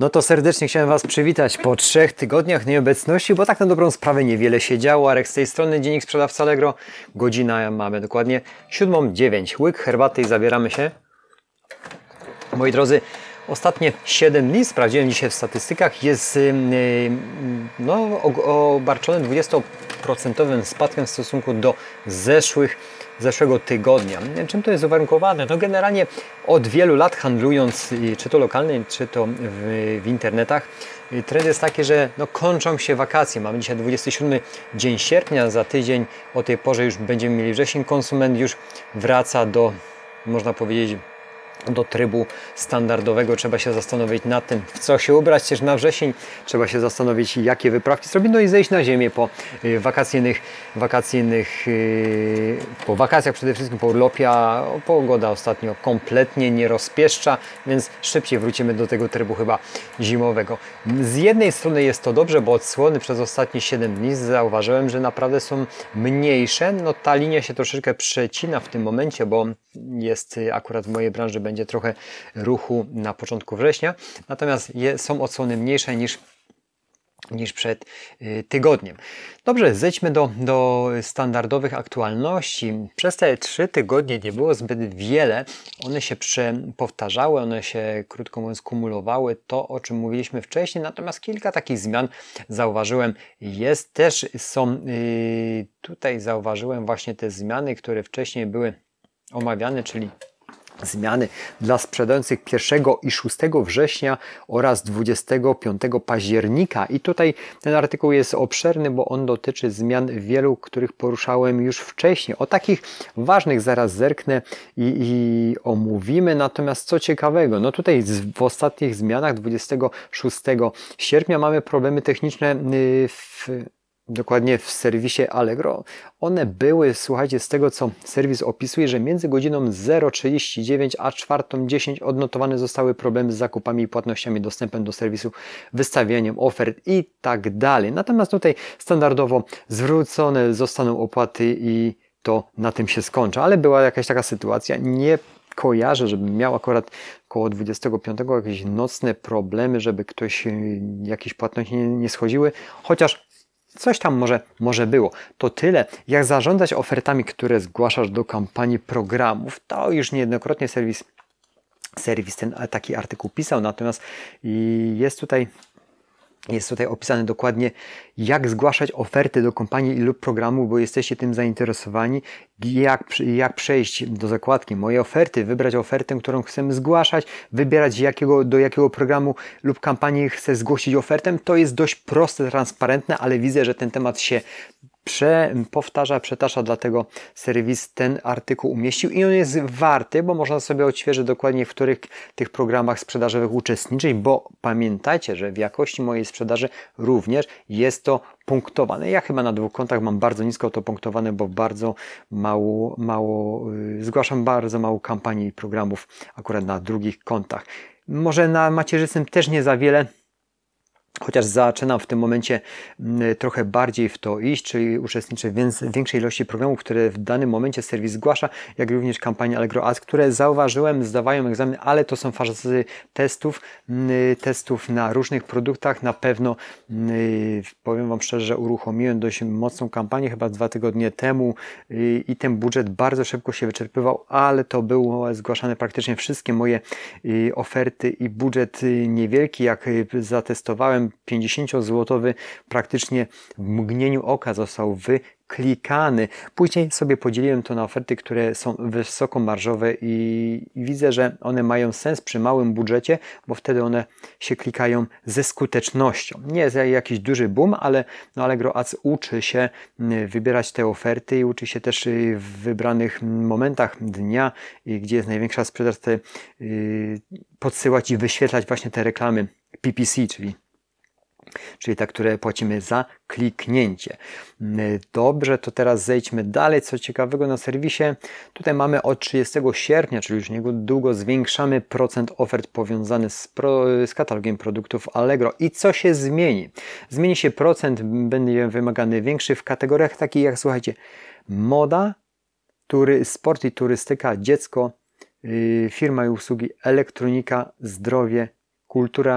No to serdecznie chciałem Was przywitać po 3 tygodniach nieobecności, bo tak na dobrą sprawę niewiele się działo. Arek z tej strony, Dziennik Sprzedawca Allegro. Godzina mamy dokładnie 7:09. Łyk herbaty i zabieramy się. Moi drodzy, ostatnie 7 dni, sprawdziłem dzisiaj w statystykach, jest obarczony 20% spadkiem w stosunku do zeszłego tygodnia. Czym to jest uwarunkowane? No generalnie od wielu lat handlując, czy to lokalnie, czy to w internetach, trend jest taki, że kończą się wakacje. Mamy dzisiaj 27 dzień sierpnia, za tydzień o tej porze już będziemy mieli wrzesień. Konsument już wraca do, można powiedzieć, do trybu standardowego. Trzeba się zastanowić nad tym, w co się ubrać też na wrzesień. Trzeba się zastanowić, jakie wyprawki zrobić, no i zejść na ziemię po po wakacjach przede wszystkim, po urlopie, a pogoda ostatnio kompletnie nie rozpieszcza, więc szybciej wrócimy do tego trybu chyba zimowego. Z jednej strony jest to dobrze, bo odsłony przez ostatnie 7 dni zauważyłem, że naprawdę są mniejsze. No ta linia się troszeczkę przecina w tym momencie, bo jest akurat w mojej branży będzie trochę ruchu na początku września, natomiast są odsłony mniejsze niż przed tygodniem. Dobrze, zejdźmy do standardowych aktualności. Przez te 3 tygodnie nie było zbyt wiele. One się powtarzały, one się, krótko mówiąc, kumulowały, to o czym mówiliśmy wcześniej, natomiast kilka takich zmian zauważyłem. Tutaj zauważyłem właśnie te zmiany, które wcześniej były omawiane, czyli zmiany dla sprzedających 1 i 6 września oraz 25 października. I tutaj ten artykuł jest obszerny, bo on dotyczy zmian wielu, których poruszałem już wcześniej. O takich ważnych zaraz zerknę i omówimy. Natomiast co ciekawego, no tutaj w ostatnich zmianach 26 sierpnia mamy problemy techniczne dokładnie w serwisie Allegro. One były, słuchajcie, z tego co serwis opisuje, że między godziną 0:39 a 4:10 odnotowane zostały problemy z zakupami i płatnościami, dostępem do serwisu, wystawianiem ofert i tak dalej. Natomiast tutaj standardowo zwrócone zostaną opłaty i to na tym się skończy. Ale była jakaś taka sytuacja, nie kojarzę, żebym miał akurat koło 25 jakieś nocne problemy, żeby jakieś płatności nie schodziły, chociaż coś tam może było. To tyle. Jak zarządzać ofertami, które zgłaszasz do kampanii programów, to już niejednokrotnie serwis ten taki artykuł pisał, natomiast jest tutaj opisane dokładnie, jak zgłaszać oferty do kampanii lub programu, bo jesteście tym zainteresowani, jak przejść do zakładki Moje oferty, wybrać ofertę, którą chcemy zgłaszać, wybierać do jakiego programu lub kampanii chcę zgłosić ofertę. To jest dość proste, transparentne, ale widzę, że ten temat się przetacza, dlatego serwis ten artykuł umieścił i on jest warty, bo można sobie odświeżyć dokładnie, w których tych programach sprzedażowych uczestniczyć, bo pamiętajcie, że w jakości mojej sprzedaży również jest to punktowane. Ja chyba na 2 kontach mam bardzo nisko to punktowane, bo zgłaszam bardzo mało kampanii i programów akurat na drugich kontach. Może na macierzystym też nie za wiele, chociaż zaczynam w tym momencie trochę bardziej w to iść, czyli uczestniczę w większej ilości programów, które w danym momencie serwis zgłasza, jak również kampanie Allegro Ads, które zauważyłem, zdawają egzamin, ale to są fazy testów na różnych produktach. Na pewno powiem Wam szczerze, że uruchomiłem dość mocną kampanię chyba 2 tygodnie temu i ten budżet bardzo szybko się wyczerpywał, ale to było zgłaszane praktycznie wszystkie moje oferty i budżet niewielki, jak zatestowałem, 50-złotowy, praktycznie w mgnieniu oka został wyklikany. Później sobie podzieliłem to na oferty, które są wysokomarżowe i widzę, że one mają sens przy małym budżecie, bo wtedy one się klikają ze skutecznością. Nie jest jakiś duży boom, ale Allegro Ads uczy się wybierać te oferty i uczy się też w wybranych momentach dnia, gdzie jest największa sprzedaż, podsyłać i wyświetlać właśnie te reklamy PPC, czyli te, które płacimy za kliknięcie. Dobrze, to teraz zejdźmy dalej. Co ciekawego na serwisie, tutaj mamy od 30 sierpnia, czyli już niedługo zwiększamy procent ofert powiązany z katalogiem produktów Allegro. I co się zmieni? Zmieni się procent, będzie wymagany większy w kategoriach takich jak, słuchajcie, moda, sport i turystyka, dziecko, firma i usługi, elektronika, zdrowie, kultura,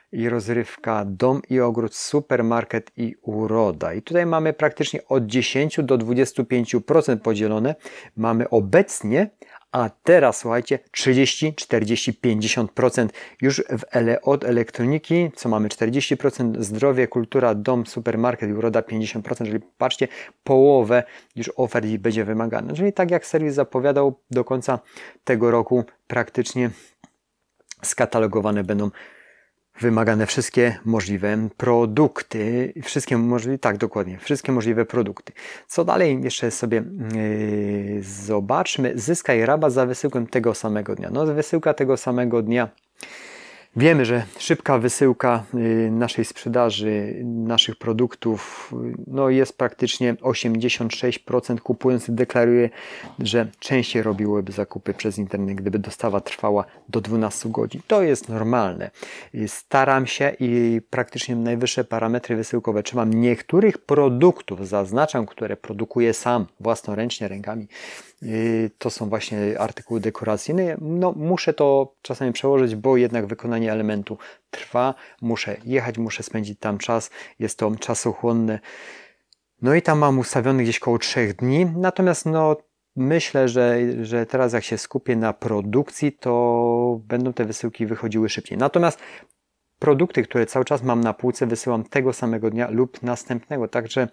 i rozrywka, dom i ogród, supermarket i uroda. I tutaj mamy praktycznie od 10 do 25% podzielone. Mamy obecnie, a teraz słuchajcie, 30, 40, 50% już od elektroniki, co mamy 40%, zdrowie, kultura, dom, supermarket i uroda 50%, czyli patrzcie, połowę już ofert będzie wymagane. Czyli tak jak serwis zapowiadał, do końca tego roku praktycznie skatalogowane będą wymagane wszystkie możliwe produkty, wszystkie możliwe produkty. Co dalej jeszcze sobie zobaczmy. Zyskaj rabat za wysyłkę tego samego dnia. No, wysyłka tego samego dnia. Wiemy, że szybka wysyłka naszej sprzedaży, naszych produktów no jest praktycznie 86%. Kupujący deklaruje, że częściej robiłyby zakupy przez internet, gdyby dostawa trwała do 12 godzin. To jest normalne. Staram się i praktycznie najwyższe parametry wysyłkowe trzymam. Niektórych produktów zaznaczam, które produkuję sam, własnoręcznie, rękami. To są właśnie artykuły dekoracyjne. No, muszę to czasami przełożyć, bo jednak wykonanie elementu trwa. Muszę jechać, muszę spędzić tam czas. Jest to czasochłonne. No i tam mam ustawione gdzieś koło 3 dni. Natomiast no, myślę, że teraz jak się skupię na produkcji, to będą te wysyłki wychodziły szybciej. Natomiast produkty, które cały czas mam na półce, wysyłam tego samego dnia lub następnego. Także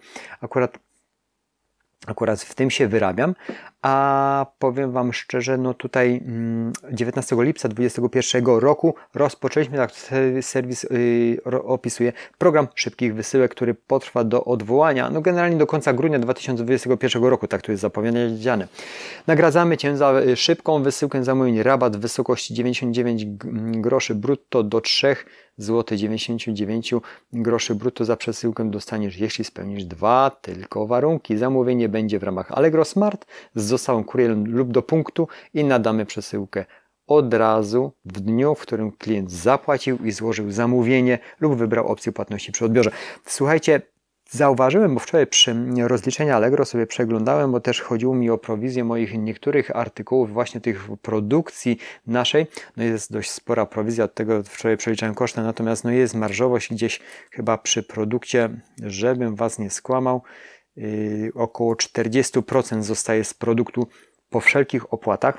akurat w tym się wyrabiam, a powiem Wam szczerze, no tutaj 19 lipca 2021 roku rozpoczęliśmy, tak serwis opisuje, program szybkich wysyłek, który potrwa do odwołania, no generalnie do końca grudnia 2021 roku, tak to jest zapowiedziane. Nagradzamy Cię za szybką wysyłkę zamówień, rabat w wysokości 99 groszy brutto do 3 zł 99 groszy brutto za przesyłkę dostaniesz, jeśli spełnisz tylko warunki. Zamówienie będzie w ramach Allegro Smart z dostawą kurierem lub do punktu i nadamy przesyłkę od razu w dniu, w którym klient zapłacił i złożył zamówienie lub wybrał opcję płatności przy odbiorze. Słuchajcie, zauważyłem, bo wczoraj przy rozliczeniu Allegro sobie przeglądałem, bo też chodziło mi o prowizję moich niektórych artykułów, właśnie tych produkcji naszej. No jest dość spora prowizja, od tego wczoraj przeliczałem koszty, natomiast no jest marżowość gdzieś chyba przy produkcie, żebym Was nie skłamał, około 40% zostaje z produktu po wszelkich opłatach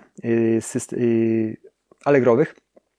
Allegrowych.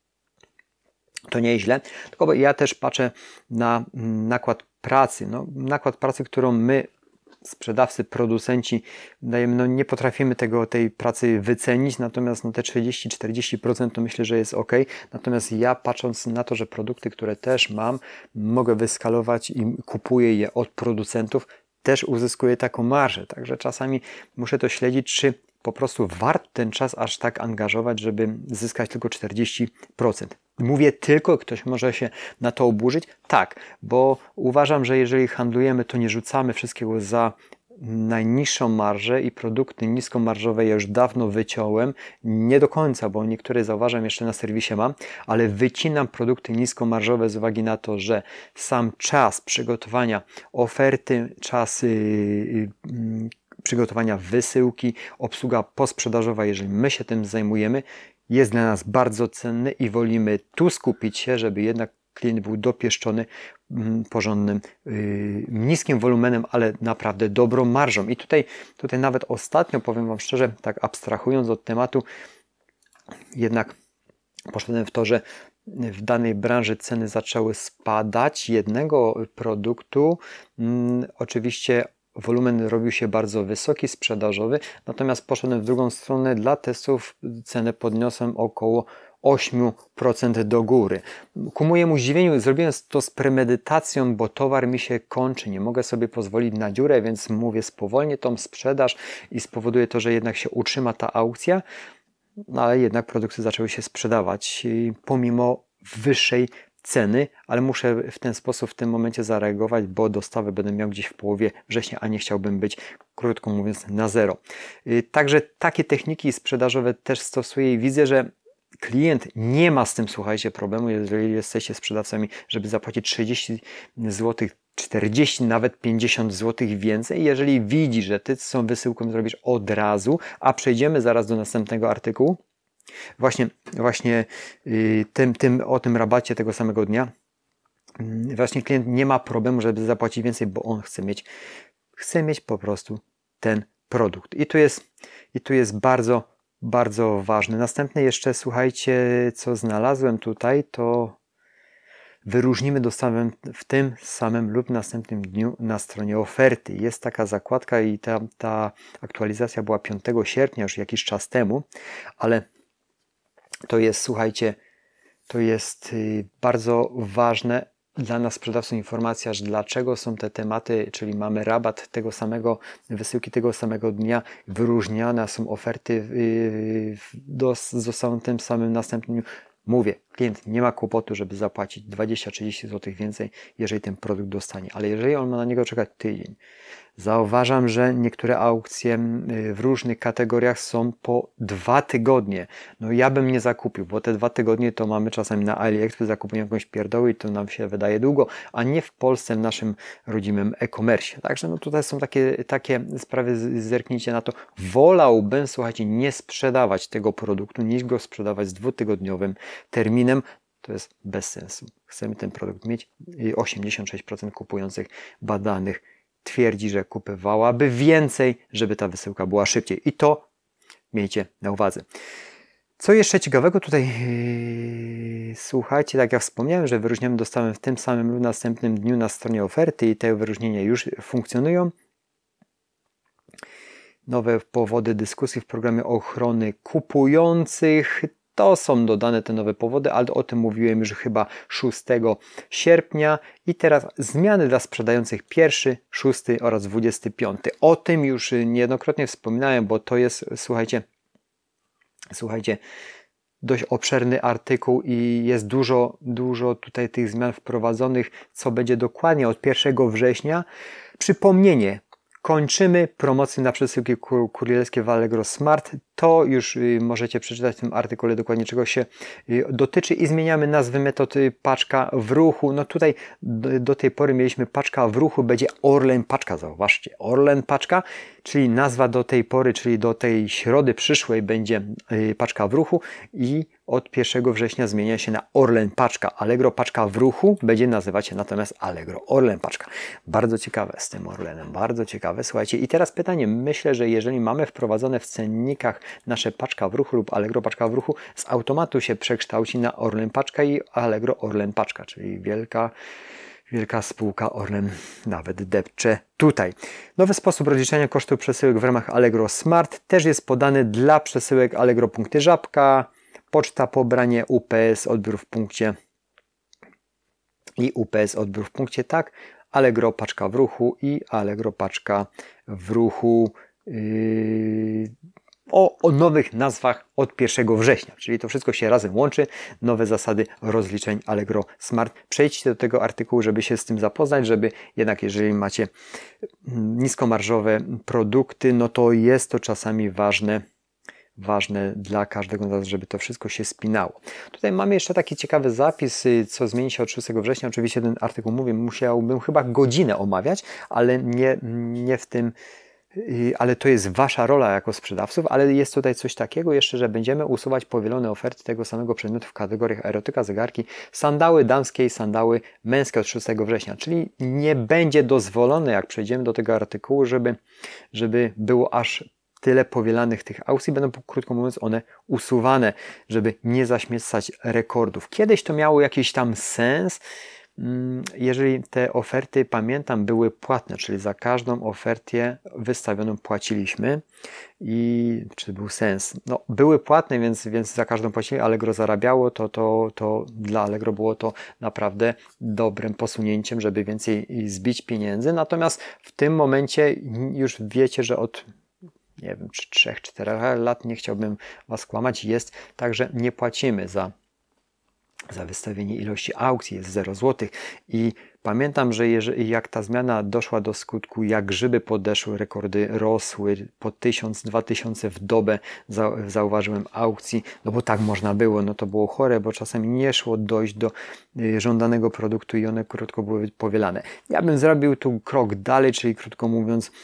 To nieźle, tylko ja też patrzę na nakład pracy. No, nakład pracy, którą my, sprzedawcy, producenci, dajemy, no nie potrafimy tej pracy wycenić, natomiast no te 30-40% to myślę, że jest ok. Natomiast ja, patrząc na to, że produkty, które też mam, mogę wyskalować i kupuję je od producentów, też uzyskuję taką marżę. Także czasami muszę to śledzić, czy po prostu warto ten czas aż tak angażować, żeby zyskać tylko 40%. Mówię tylko, ktoś może się na to oburzyć. Tak, bo uważam, że jeżeli handlujemy, to nie rzucamy wszystkiego za najniższą marżę i produkty niskomarżowe ja już dawno wyciąłem. Nie do końca, bo niektóre zauważam jeszcze na serwisie mam, ale wycinam produkty niskomarżowe z uwagi na to, że sam czas przygotowania oferty, czas przygotowania wysyłki, obsługa posprzedażowa, jeżeli my się tym zajmujemy, jest dla nas bardzo cenny i wolimy tu skupić się, żeby jednak klient był dopieszczony porządnym, niskim wolumenem, ale naprawdę dobrą marżą. I tutaj nawet ostatnio, powiem Wam szczerze, tak abstrahując od tematu, jednak poszedłem w to, że w danej branży ceny zaczęły spadać jednego produktu. Oczywiście wolumen robił się bardzo wysoki, sprzedażowy, natomiast poszedłem w drugą stronę. Dla testów cenę podniosłem około 8% do góry. Ku mojemu zdziwieniu zrobiłem to z premedytacją, bo towar mi się kończy. Nie mogę sobie pozwolić na dziurę, więc mówię, spowolnię tą sprzedaż i spowoduje to, że jednak się utrzyma ta aukcja, no, ale jednak produkty zaczęły się sprzedawać pomimo wyższej ceny, ale muszę w ten sposób w tym momencie zareagować, bo dostawę będę miał gdzieś w połowie września, a nie chciałbym być, krótko mówiąc, na zero. Także takie techniki sprzedażowe też stosuję i widzę, że klient nie ma z tym, słuchajcie, problemu, jeżeli jesteście sprzedawcami, żeby zapłacić 30 zł, 40, nawet 50 zł więcej. Jeżeli widzi, że Ty z tą wysyłką zrobisz od razu, a przejdziemy zaraz do następnego artykułu, właśnie o tym rabacie tego samego dnia, właśnie klient nie ma problemu, żeby zapłacić więcej, bo on chce mieć po prostu ten produkt. I tu jest bardzo, bardzo ważne. Następnie jeszcze słuchajcie, co znalazłem tutaj, to wyróżnimy dostawę w tym samym lub następnym dniu na stronie oferty. Jest taka zakładka i ta aktualizacja była 5 sierpnia, już jakiś czas temu, ale to jest, słuchajcie, to jest bardzo ważne dla nas sprzedawców informacja, że dlaczego są te tematy, czyli mamy rabat tego samego, wysyłki tego samego dnia, wyróżniane są oferty zostaną tym samym następnym dniu. Mówię, klient nie ma kłopotu, żeby zapłacić 20-30 zł więcej, jeżeli ten produkt dostanie, ale jeżeli on ma na niego czekać tydzień, zauważam, że niektóre aukcje w różnych kategoriach są po 2 tygodnie. No ja bym nie zakupił, bo te 2 tygodnie to mamy czasami na AliExpress, zakupujemy jakąś pierdołę i to nam się wydaje długo, a nie w Polsce, w naszym rodzimym e-commerce. Także no tutaj są takie sprawy, zerknijcie na to. Wolałbym, słuchajcie, nie sprzedawać tego produktu, niż go sprzedawać z 2-tygodniowym terminem. To jest bez sensu. Chcemy ten produkt mieć. 86% kupujących badanych twierdzi, że kupywałaby więcej, żeby ta wysyłka była szybciej. I to miejcie na uwadze. Co jeszcze ciekawego tutaj, słuchajcie, tak jak wspomniałem, że wyróżniamy dostawę w tym samym lub następnym dniu na stronie oferty i te wyróżnienia już funkcjonują. Nowe powody dyskusji w programie ochrony kupujących. To są dodane te nowe powody, ale o tym mówiłem już chyba 6 sierpnia. I teraz zmiany dla sprzedających 1, 6 oraz 25. O tym już niejednokrotnie wspominałem, bo to jest, słuchajcie, dość obszerny artykuł i jest dużo tutaj tych zmian wprowadzonych, co będzie dokładnie od 1 września. Przypomnienie. Kończymy promocję na przesyłki kurierskie w Allegro Smart. To już możecie przeczytać w tym artykule dokładnie, czego się dotyczy i zmieniamy nazwy metod paczka w ruchu. No tutaj do tej pory mieliśmy paczka w ruchu, będzie Orlen Paczka, zauważcie, Orlen Paczka, czyli nazwa do tej pory, czyli do tej środy przyszłej będzie paczka w ruchu i od 1 września zmienia się na Orlen Paczka. Allegro Paczka w ruchu będzie nazywać się natomiast Allegro Orlen Paczka. Bardzo ciekawe z tym Orlenem, bardzo ciekawe. Słuchajcie, i teraz pytanie, myślę, że jeżeli mamy wprowadzone w cennikach nasze paczka w ruchu lub Allegro Paczka w ruchu, z automatu się przekształci na Orlen Paczka i Allegro Orlen Paczka, czyli wielka spółka Orlen nawet depcze tutaj. Nowy sposób rozliczania kosztów przesyłek w ramach Allegro Smart też jest podany dla przesyłek Allegro Punkty Żabka, Poczta Pobranie, UPS odbiór w punkcie i UPS odbiór w punkcie, tak, Allegro Paczka w ruchu i Allegro Paczka w ruchu o nowych nazwach od 1 września, czyli to wszystko się razem łączy, nowe zasady rozliczeń Allegro Smart. Przejdźcie do tego artykułu, żeby się z tym zapoznać, żeby jednak jeżeli macie niskomarżowe produkty, no to jest to czasami ważne dla każdego z nas, żeby to wszystko się spinało. Tutaj mamy jeszcze taki ciekawy zapis, co zmieni się od 6 września. Oczywiście ten artykuł, mówię, musiałbym chyba godzinę omawiać, ale nie w tym, ale to jest wasza rola jako sprzedawców, ale jest tutaj coś takiego jeszcze, że będziemy usuwać powielone oferty tego samego przedmiotu w kategoriach erotyka, zegarki, sandały damskie i sandały męskie od 6 września, czyli nie będzie dozwolone, jak przejdziemy do tego artykułu, żeby było aż tyle powielanych tych aukcji, będą, krótko mówiąc, one usuwane, żeby nie zaśmiecać rekordów. Kiedyś to miało jakiś tam sens, jeżeli te oferty, pamiętam, były płatne, czyli za każdą ofertę wystawioną płaciliśmy i czy był sens? No, były płatne, więc za każdą płacili, Allegro zarabiało, to dla Allegro było to naprawdę dobrym posunięciem, żeby więcej zbić pieniędzy, natomiast w tym momencie już wiecie, że od nie wiem, 3-4 lat, nie chciałbym was kłamać, jest tak, że nie płacimy za wystawienie ilości aukcji, jest 0 zł i pamiętam, że jak ta zmiana doszła do skutku, jak grzyby podeszły, rekordy rosły po 1000-2000 w dobę, zauważyłem aukcji, no bo tak można było, no to było chore, bo czasami nie szło dojść do żądanego produktu i one krótko były powielane. Ja bym zrobił tu krok dalej, czyli krótko mówiąc,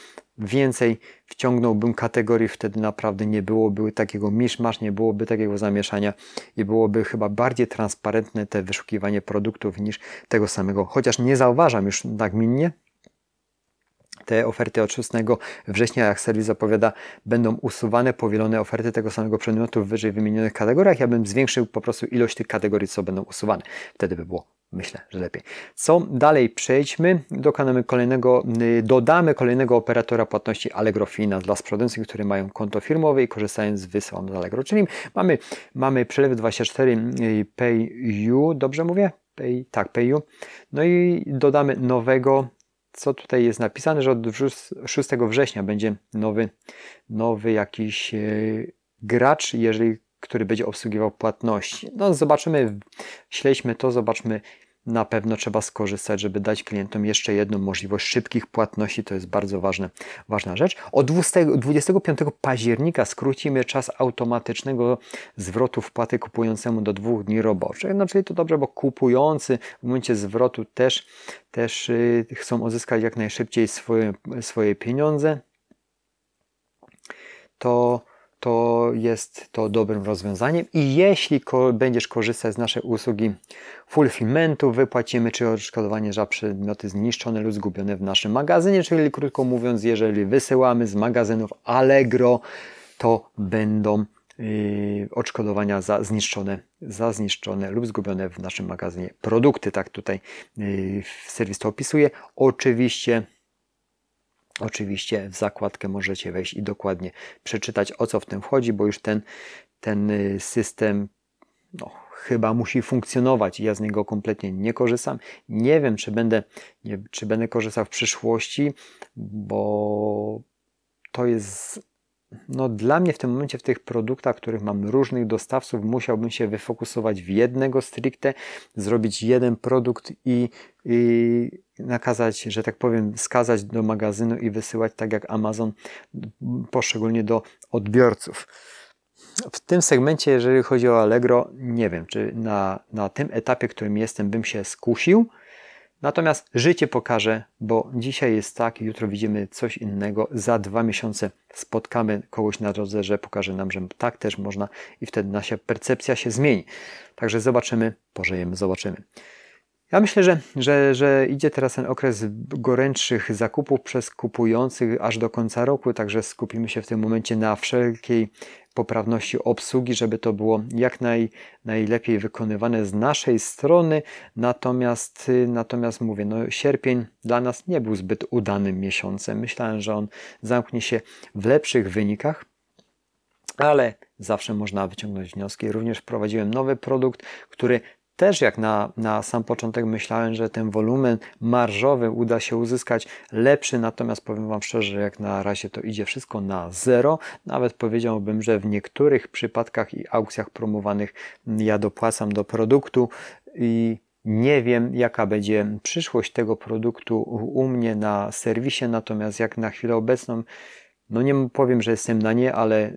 więcej wciągnąłbym kategorii, wtedy naprawdę nie byłoby takiego miszmasz, nie byłoby takiego zamieszania i byłoby chyba bardziej transparentne te wyszukiwanie produktów niż tego samego, chociaż nie zauważam już nagminnie. Te oferty od 6 września, jak serwis zapowiada, będą usuwane, powielone oferty tego samego przedmiotu w wyżej wymienionych kategoriach. Ja bym zwiększył po prostu ilość tych kategorii, co będą usuwane. Wtedy by było, myślę, że lepiej. Co dalej? Przejdźmy, dodamy kolejnego operatora płatności Allegro Finance dla sprzedających, którzy mają konto firmowe i korzystają z wysyłan z Allegro. Czyli mamy Przelewy24 PayU, dobrze mówię? PayU. No i dodamy nowego. Co tutaj jest napisane, że od 6 września będzie nowy jakiś gracz, który będzie obsługiwał płatności. No zobaczymy, śledźmy to, zobaczmy. Na pewno trzeba skorzystać, żeby dać klientom jeszcze jedną możliwość szybkich płatności. To jest bardzo ważna rzecz. Od 25 października skrócimy czas automatycznego zwrotu wpłaty kupującemu do 2 dni roboczych. No czyli to dobrze, bo kupujący w momencie zwrotu też chcą uzyskać jak najszybciej swoje pieniądze. To jest to dobrym rozwiązaniem i jeśli będziesz korzystać z naszej usługi fulfillmentu, wypłacimy czy odszkodowanie za przedmioty zniszczone lub zgubione w naszym magazynie, czyli krótko mówiąc, jeżeli wysyłamy z magazynów Allegro, to będą odszkodowania za zniszczone lub zgubione w naszym magazynie produkty. Tak tutaj serwis to opisuje. Oczywiście w zakładkę możecie wejść i dokładnie przeczytać, o co w tym wchodzi, bo już ten system chyba musi funkcjonować i ja z niego kompletnie nie korzystam. Nie wiem, czy będę korzystał w przyszłości, bo to jest dla mnie w tym momencie w tych produktach, w których mam różnych dostawców, musiałbym się wyfokusować w jednego stricte, zrobić jeden produkt i nakazać, że tak powiem, skazać do magazynu i wysyłać tak jak Amazon poszczególnie do odbiorców. W tym segmencie, jeżeli chodzi o Allegro, nie wiem, czy na tym etapie, którym jestem, bym się skusił. Natomiast życie pokaże, bo dzisiaj jest tak, jutro widzimy coś innego, za 2 miesiące spotkamy kogoś na drodze, że pokaże nam, że tak też można i wtedy nasza percepcja się zmieni. Także zobaczymy, pożyjemy, zobaczymy. Ja myślę, że idzie teraz ten okres gorętszych zakupów przez kupujących aż do końca roku, także skupimy się w tym momencie na wszelkiej poprawności obsługi, żeby to było jak najlepiej wykonywane z naszej strony. Natomiast mówię, sierpień dla nas nie był zbyt udanym miesiącem. Myślałem, że on zamknie się w lepszych wynikach, ale zawsze można wyciągnąć wnioski. Również wprowadziłem nowy produkt, który też jak na sam początek myślałem, że ten wolumen marżowy uda się uzyskać lepszy, natomiast powiem Wam szczerze, że jak na razie to idzie wszystko na zero. Nawet powiedziałbym, że w niektórych przypadkach i aukcjach promowanych ja dopłacam do produktu i nie wiem, jaka będzie przyszłość tego produktu u mnie na serwisie, natomiast jak na chwilę obecną, nie powiem, że jestem na nie, ale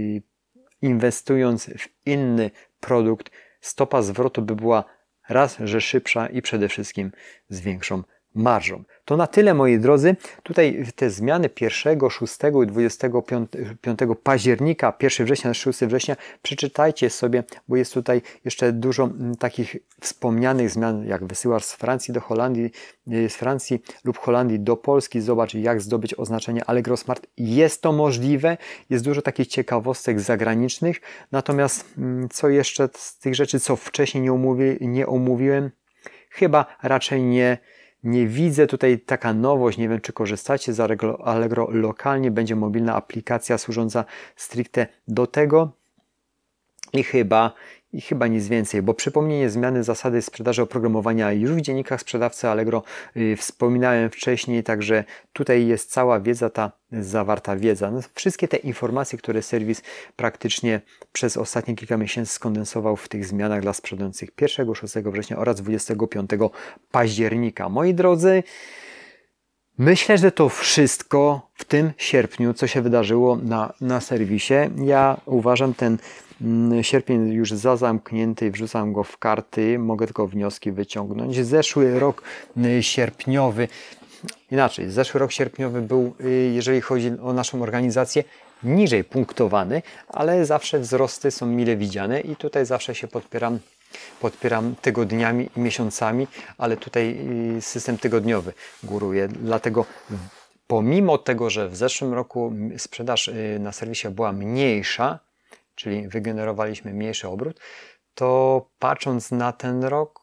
inwestując w inny produkt, stopa zwrotu by była raz, że szybsza i przede wszystkim z większą marżą. To na tyle, moi drodzy. Tutaj te zmiany 1, 6 i 25 października, 1 września, 6 września, przeczytajcie sobie, bo jest tutaj jeszcze dużo takich wspomnianych zmian, jak wysyłasz z Francji do Holandii, z Francji lub Holandii do Polski. Zobacz, jak zdobyć oznaczenie Allegro Smart. Jest to możliwe, jest dużo takich ciekawostek zagranicznych, natomiast co jeszcze z tych rzeczy, co wcześniej nie omówiłem, chyba raczej nie widzę tutaj taka nowość, nie wiem czy korzystacie z Allegro lokalnie, będzie mobilna aplikacja służąca stricte do tego i chyba nic więcej, bo przypomnienie zmiany zasady sprzedaży oprogramowania już w dziennikach sprzedawcy Allegro wspominałem wcześniej, także tutaj jest cała wiedza, ta zawarta wiedza. Wszystkie te informacje, które serwis praktycznie przez ostatnie kilka miesięcy skondensował w tych zmianach dla sprzedających 1, 6 września oraz 25 października. Moi drodzy, myślę, że to wszystko w tym sierpniu, co się wydarzyło na serwisie. Ja uważam ten sierpień już za zamknięty, wrzucam go w karty, mogę tylko wnioski wyciągnąć. Zeszły rok sierpniowy inaczej, zeszły rok sierpniowy był, jeżeli chodzi o naszą organizację, niżej punktowany, ale zawsze wzrosty są mile widziane i tutaj zawsze się podpieram tygodniami i miesiącami, ale tutaj system tygodniowy góruje. Dlatego pomimo tego, że w zeszłym roku sprzedaż na serwisie była mniejsza, czyli wygenerowaliśmy mniejszy obrót, to patrząc na ten rok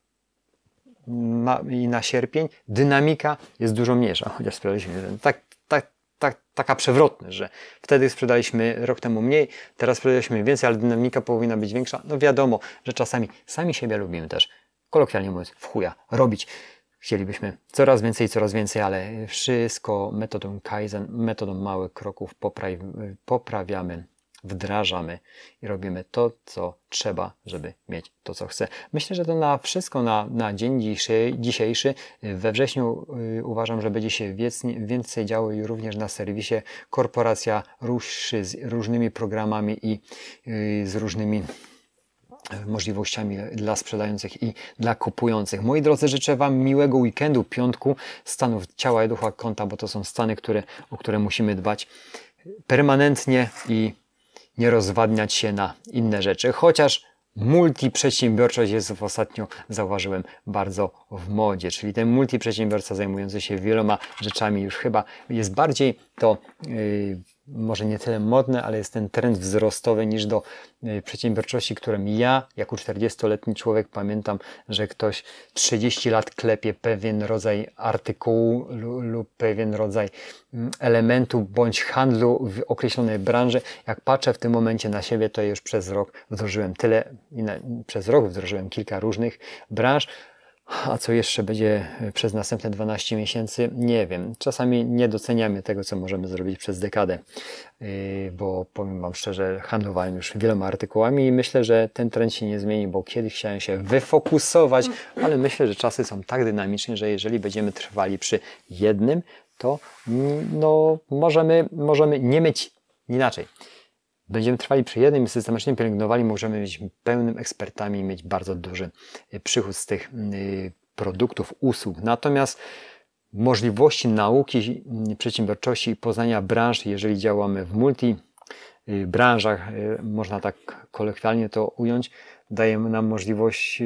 i na sierpień, dynamika jest dużo mniejsza, chociaż sprzedaliśmy taka przewrotność, że wtedy sprzedaliśmy rok temu mniej, teraz sprzedaliśmy więcej, ale dynamika powinna być większa. No wiadomo, że czasami sami siebie lubimy też, kolokwialnie mówiąc, w chuja robić. Chcielibyśmy coraz więcej, ale wszystko metodą Kaizen, metodą małych kroków poprawiamy, wdrażamy i robimy to, co trzeba, żeby mieć to, co chcę. Myślę, że to na wszystko na dzień dzisiejszy. We wrześniu uważam, że będzie się więcej działo i również na serwisie. Korporacja ruszy z różnymi programami i z różnymi możliwościami dla sprzedających i dla kupujących. Moi drodzy, życzę Wam miłego weekendu, piątku, stanów ciała i ducha, konta, bo to są stany, o które musimy dbać permanentnie i nie rozwadniać się na inne rzeczy. Chociaż multiprzedsiębiorczość jest ostatnio, zauważyłem, bardzo w modzie. Czyli ten multiprzedsiębiorca zajmujący się wieloma rzeczami już chyba jest bardziej to może nie tyle modne, ale jest ten trend wzrostowy niż do przedsiębiorczości, którą ja jako 40-letni człowiek pamiętam, że ktoś 30 lat klepie pewien rodzaj artykułu lub pewien rodzaj elementu bądź handlu w określonej branży. Jak patrzę w tym momencie na siebie, to już przez rok wdrożyłem przez rok wdrożyłem kilka różnych branż. A co jeszcze będzie przez następne 12 miesięcy? Nie wiem. Czasami nie doceniamy tego, co możemy zrobić przez dekadę, bo powiem Wam szczerze, handlowałem już wieloma artykułami i myślę, że ten trend się nie zmieni, bo kiedyś chciałem się wyfokusować, ale myślę, że czasy są tak dynamiczne, że jeżeli będziemy trwali przy jednym, to no, możemy nie mieć inaczej. Będziemy trwali przy jednym i systematycznie pielęgnowali, możemy być pełnym ekspertami i mieć bardzo duży przychód z tych produktów, usług. Natomiast możliwości nauki, przedsiębiorczości i poznania branż, jeżeli działamy w multibranżach, można tak kolokwialnie to ująć, daje nam możliwość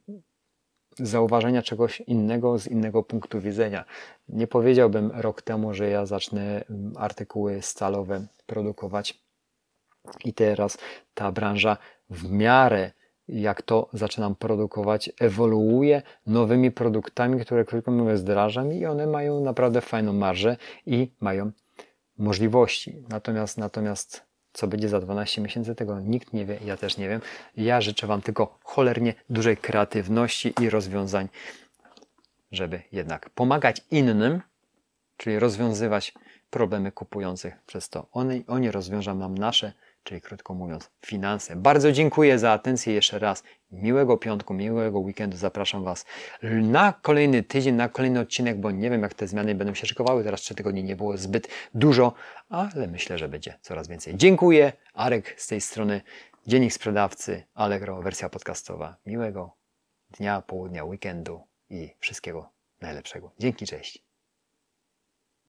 zauważenia czegoś innego z innego punktu widzenia. Nie powiedziałbym rok temu, że ja zacznę artykuły stalowe produkować i teraz ta branża w miarę jak to zaczynam produkować, ewoluuje nowymi produktami, które krótko mówiąc wdrażam i one mają naprawdę fajną marżę i mają możliwości. Natomiast co będzie za 12 miesięcy, tego nikt nie wie, ja też nie wiem. Ja życzę Wam tylko cholernie dużej kreatywności i rozwiązań, żeby jednak pomagać innym, czyli rozwiązywać problemy kupujących przez to. Oni rozwiążą nam nasze, czyli krótko mówiąc, finanse. Bardzo dziękuję za atencję jeszcze raz. Miłego piątku, miłego weekendu. Zapraszam Was na kolejny tydzień, na kolejny odcinek, bo nie wiem, jak te zmiany będą się szykowały. Teraz 3 tygodnie nie było zbyt dużo, ale myślę, że będzie coraz więcej. Dziękuję. Arek z tej strony, Dziennik Sprzedawcy, Allegro, wersja podcastowa. Miłego dnia, południa, weekendu i wszystkiego najlepszego. Dzięki, cześć.